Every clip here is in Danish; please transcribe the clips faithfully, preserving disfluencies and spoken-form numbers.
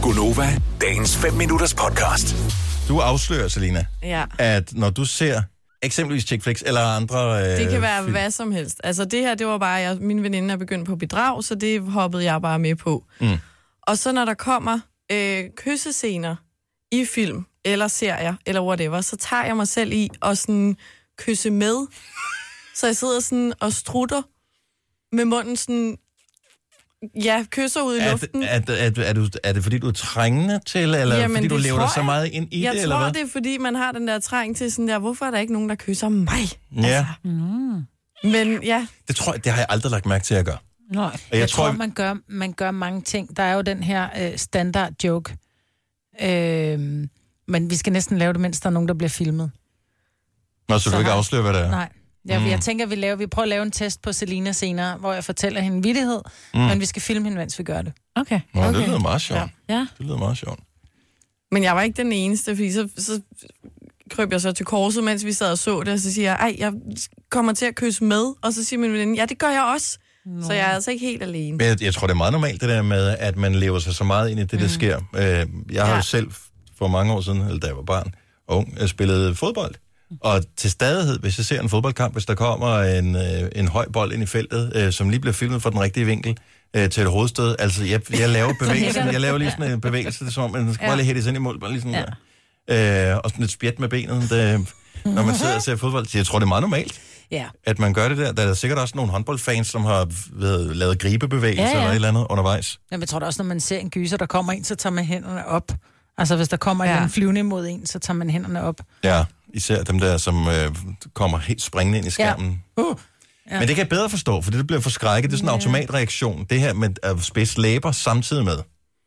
Gunova, dagens fem minutters podcast. Du afslører, Selina, Ja. at når du ser eksempelvis chick flicks eller andre... Øh, Det kan være film. hvad som helst. Altså det her, det var bare, jeg, min veninde er begyndt på bedrag, så det hoppede jeg bare med på. Mm. Og så når der kommer øh, kyssescener i film, eller serier, eller whatever, så tager jeg mig selv i at sådan kysse med. Så jeg sidder sådan og strutter med munden sådan... Ja, kysser ud i Er, luften. er, er, er, er, du, er det fordi, du er trængende til, eller Jamen, fordi du det lever tror dig så jeg. meget ind i Jeg det, tror, eller hvad? det er fordi, man har den der træng til sådan der, hvorfor er der ikke nogen, der kysser mig? Ja, Mm. Men ja, det tror jeg, det har jeg aldrig lagt mærke til at gøre. Nej, jeg jeg, jeg tror, tror, man gør, man gør mange ting. Der er jo den her øh, standard joke. Øh, men vi skal næsten lave det, mens der er nogen, der bliver filmet. Nå, så, så du ikke har- afslører, hvad det er? Nej. Jeg, Mm. mm. jeg tænker, vi, laver, vi prøver at lave en test på Selina senere, hvor jeg fortæller hende en vittighed, Mm. mm. men vi skal filme hende, mens vi gør det. okay. Nå, det okay. lyder meget sjovt. Ja. ja. Det lyder meget sjovt. Men jeg var ikke den eneste, fordi så, så krøb jeg så til korset, mens vi sad og så det, og så siger jeg, ej, jeg kommer til at kysse med, og så siger min veninde, ja, det gør jeg også. Nå. Så jeg er altså ikke helt alene. Men jeg, jeg tror, det er meget normalt, det der med, at man lever sig så meget ind i det, mm. der sker. Øh, jeg har Ja. jo selv for mange år siden, eller da jeg var barn og ung, jeg spillede fodbold. Og til stadighed, hvis jeg ser en fodboldkamp, hvis der kommer en, øh, en høj bold ind i feltet, øh, som lige bliver filmet fra den rigtige vinkel øh, til et hovedstød, altså jeg, jeg laver bevægelsen, jeg laver lige sådan en bevægelse, det er som om, man skal Ja. bare lige hætte sig ind i mål, bare lige sådan der. Øh, og sådan et spjæt med benet, det, når man sidder og ser fodbold. Så jeg tror, det er meget normalt, Ja. at man gør det der. Der er sikkert også nogle håndboldfans, som har været, lavet gribebevægelser Ja, ja. eller et eller andet undervejs. Jamen, jeg tror da også, når man ser en gyser, der kommer ind, så tager man hænderne op. Altså, hvis der kommer Ja. en flyvende imod en, så tager man hænderne op. Ja, især dem der, som øh, kommer helt springende ind i skærmen. Ja. Uh. Ja. Men det kan jeg bedre forstå, for det bliver forskrækket. Det er sådan en automatreaktion. Det her med at spidse læber samtidig med.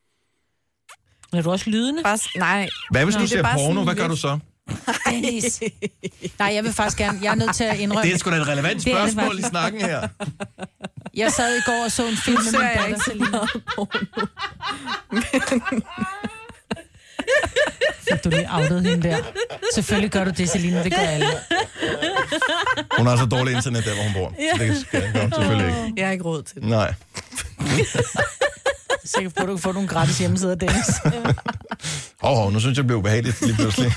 Er du også lydende? Bare, s- nej. Hvad hvis Nå, du det er ser bare porno? sådan Hvad gør lidt- du så? Dennis. Nej, jeg vil faktisk gerne... Jeg er nødt til at indrømme... Det er sgu da et relevant Det er det spørgsmål i faktisk. snakken her. Jeg sad i går og så en film med ser min jeg datter, ikke så Selina. meget porno. Fik du lige outet hende der? Selvfølgelig gør du det, Selina. Det gør alle. Hun har så dårligt internet der, hvor hun bor. Så det skal jeg gøre, selvfølgelig ikke. Jeg har ikke råd til det. Nej. Sikkert på, at du kan få nogle gratis hjemmesider, Dennis. Hov, hov, nu synes jeg, det bliver ubehageligt lige pludselig.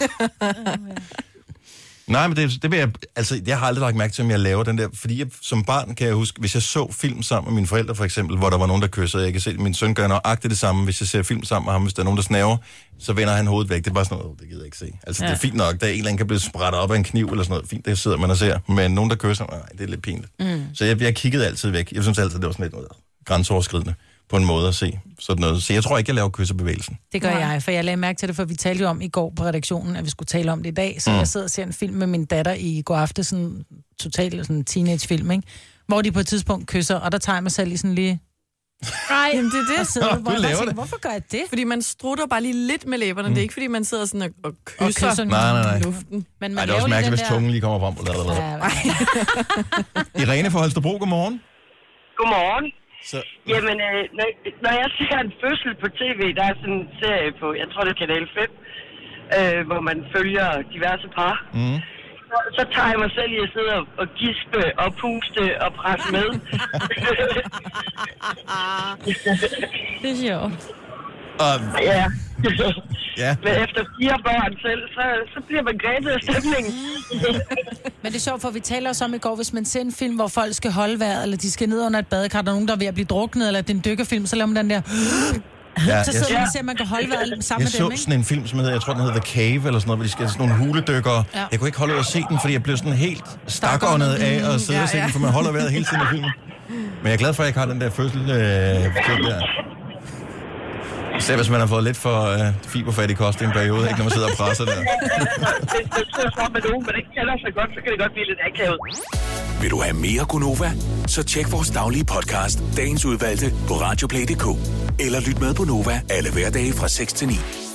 Nej, men det, det vil jeg... Altså, jeg har aldrig lagt mærke til, om jeg laver den der... Fordi jeg, som barn kan jeg huske, hvis jeg så film sammen med mine forældre, for eksempel, hvor der var nogen, der kyssede, jeg kan se, at min søn gør nøjagtigt det samme. Hvis jeg ser film sammen med ham, hvis der er nogen, der snaver, så vender han hovedet væk. Det er bare sådan noget, det gider jeg ikke se. Altså, ja. Det er fint nok, der er en eller anden, kan blive sprættet op af en kniv eller sådan noget. Fint, det sidder man og ser. Men nogen, der kysser, nej, det er lidt pinligt. Mm. Så jeg, jeg kiggede altid væk. Jeg synes altid, det var sådan lidt noget grænseoverskridende på en måde at se sådan noget. Så jeg tror ikke, jeg laver kyssebevægelsen. Det gør jeg, for jeg lagde mærke til det, for vi talte jo om i går på redaktionen, at vi skulle tale om det i dag. Så mm. jeg sidder og ser en film med min datter i går aftes, sådan en total sådan en teenagefilm, ikke? Hvor de på et tidspunkt kysser, og der tager jeg mig selv i sådan lige... Nej, jamen det er Og det. sidder, Nå, hvor du jeg bare laver tænker, det. hvorfor gør jeg det? Fordi man strutter bare lige lidt med læberne. Mm. Det er ikke, fordi man sidder sådan og, og kysser, Og kysser Nej, nej, nej. i luften. Men man Ej, det er også laver lige mærkeligt, den hvis der- tungen lige kommer frem. Ja, ja. Irene fra Holstebro, godmorgen. Godmorgen. Så, Jamen, øh, når, når jeg ser en fødsel på tv, der er sådan en serie på, jeg tror det er Kanal fem, øh, hvor man følger diverse par, mm. så, så tager jeg mig selv i at sidde og, og gispe og puste og presse med. Det er sjovt. Og, Ja. ja. Men efter fire børn selv, så, så bliver man grebet af stemningen. Men det er sjovt, for vi taler også om i går, hvis man ser en film, hvor folk skal holde vejret, eller de skal ned under et badekar, der er nogen, der er ved at blive druknet, eller det er en dykkerfilm, så laver man den der... Ja, Så jeg, sidder man og ser, at man kan holde vejret sammen jeg med så dem, ikke? sådan en film, som hedder, jeg tror, den hedder The Cave, eller sådan noget, hvor de skal sådan nogle huledykkere. Ja. Jeg kunne ikke holde ud at se den, fordi jeg blev sådan helt stakåndet af at sidde Ja, og se ja. den, for man holder vejret hele tiden i filmen. Men jeg er glad for, at jeg ikke har den der fødsel øh, film der. Især hvis man har fået lidt for øh, fiberfattig kost i en periode, ikke, når man sidder og presser der. Hvis man sidder sammen med nogen, man ikke kender så godt, så kan det godt blive lidt akavet. Vil du have mere Gunova? Så tjek vores daglige podcast, dagens udvalgte, på radioplay punktum d k. Eller lyt med på Nova alle hverdage fra seks til ni.